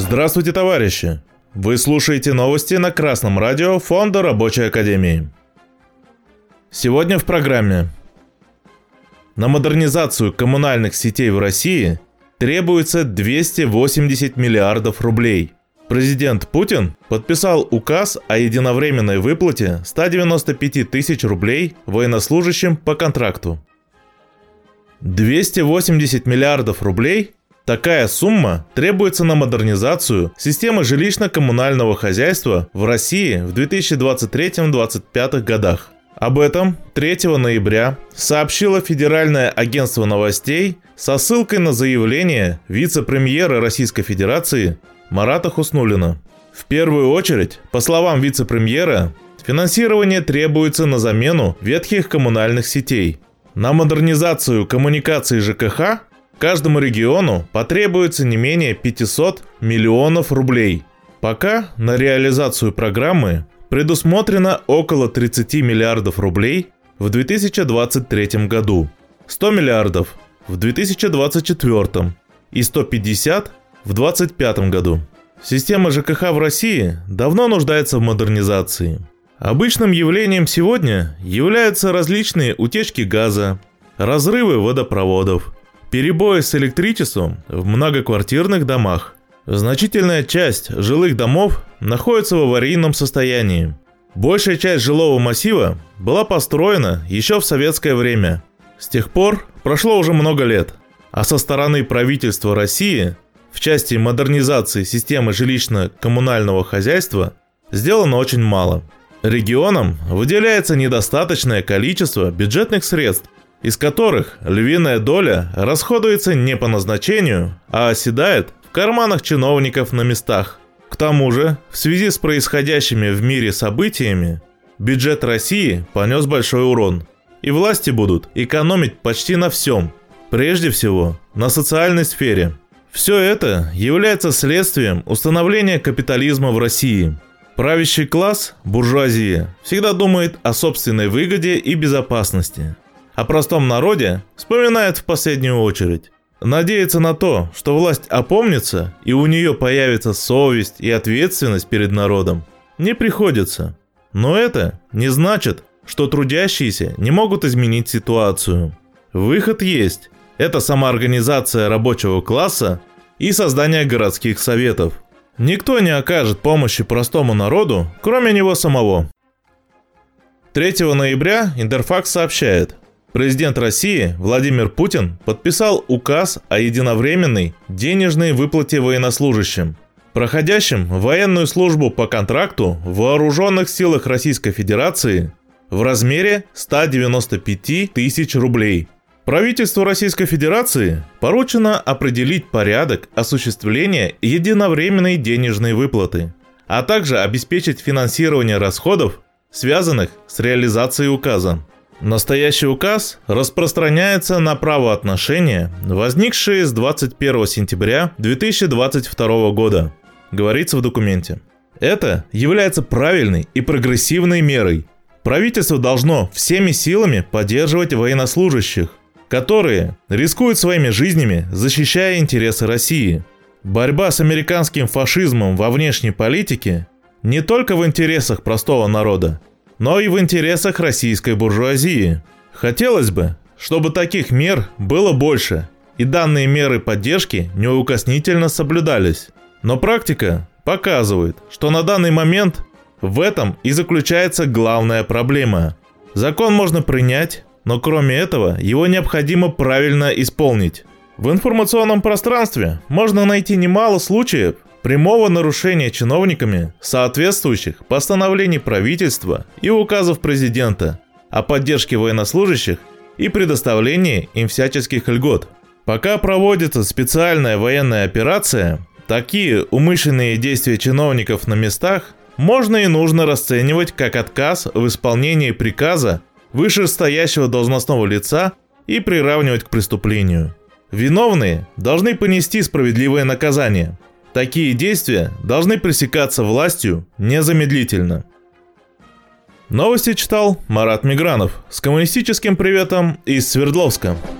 Здравствуйте, товарищи! Вы слушаете новости на Красном радио Фонда Рабочей Академии. Сегодня в программе. На модернизацию коммунальных сетей в России требуется 280 миллиардов рублей. Президент Путин подписал указ о единовременной выплате 195 тысяч рублей военнослужащим по контракту. 280 миллиардов рублей – такая сумма требуется на модернизацию системы жилищно-коммунального хозяйства в России в 2023-2025 годах. Об этом 3 ноября сообщило Федеральное агентство новостей со ссылкой на заявление вице-премьера Российской Федерации Марата Хуснуллина. В первую очередь, по словам вице-премьера, финансирование требуется на замену ветхих коммунальных сетей. На модернизацию коммуникаций ЖКХ каждому региону потребуется не менее 500 миллионов рублей. Пока на реализацию программы предусмотрено около 30 миллиардов рублей в 2023 году, 100 миллиардов в 2024 и 150 в 2025 году. Система ЖКХ в России давно нуждается в модернизации. Обычным явлением сегодня являются различные утечки газа, разрывы водопроводов, перебои с электричеством в многоквартирных домах. Значительная часть жилых домов находится в аварийном состоянии. Большая часть жилого массива была построена еще в советское время. С тех пор прошло уже много лет, а со стороны правительства России в части модернизации системы жилищно-коммунального хозяйства сделано очень мало. Регионам выделяется недостаточное количество бюджетных средств, из которых львиная доля расходуется не по назначению, а оседает в карманах чиновников на местах. К тому же, в связи с происходящими в мире событиями, бюджет России понес большой урон, и власти будут экономить почти на всем, прежде всего на социальной сфере. Все это является следствием установления капитализма в России. Правящий класс, буржуазия, всегда думает о собственной выгоде и безопасности. О простом народе вспоминает в последнюю очередь. Надеяться на то, что власть опомнится и у нее появится совесть и ответственность перед народом, не приходится. Но это не значит, что трудящиеся не могут изменить ситуацию. Выход есть. Это самоорганизация рабочего класса и создание городских советов. Никто не окажет помощи простому народу, кроме него самого. 3 ноября Интерфакс сообщает. Президент России Владимир Путин подписал указ о единовременной денежной выплате военнослужащим, проходящим военную службу по контракту в Вооруженных силах Российской Федерации в размере 195 тысяч рублей. Правительству Российской Федерации поручено определить порядок осуществления единовременной денежной выплаты, а также обеспечить финансирование расходов, связанных с реализацией указа. Настоящий указ распространяется на правоотношения, возникшие с 21 сентября 2022 года, говорится в документе. Это является правильной и прогрессивной мерой. Правительство должно всеми силами поддерживать военнослужащих, которые рискуют своими жизнями, защищая интересы России. Борьба с американским фашизмом во внешней политике не только в интересах простого народа, но и в интересах российской буржуазии. Хотелось бы, чтобы таких мер было больше, и данные меры поддержки неукоснительно соблюдались. Но практика показывает, что на данный момент в этом и заключается главная проблема. Закон можно принять, но кроме этого его необходимо правильно исполнить. В информационном пространстве можно найти немало случаев прямого нарушения чиновниками соответствующих постановлений правительства и указов президента о поддержке военнослужащих и предоставлении им всяческих льгот. Пока проводится специальная военная операция, такие умышленные действия чиновников на местах можно и нужно расценивать как отказ в исполнении приказа вышестоящего должностного лица и приравнивать к преступлению. Виновные должны понести справедливое наказание. Такие действия должны пресекаться властью незамедлительно. Новости читал Марат Мигранов с коммунистическим приветом из Свердловска.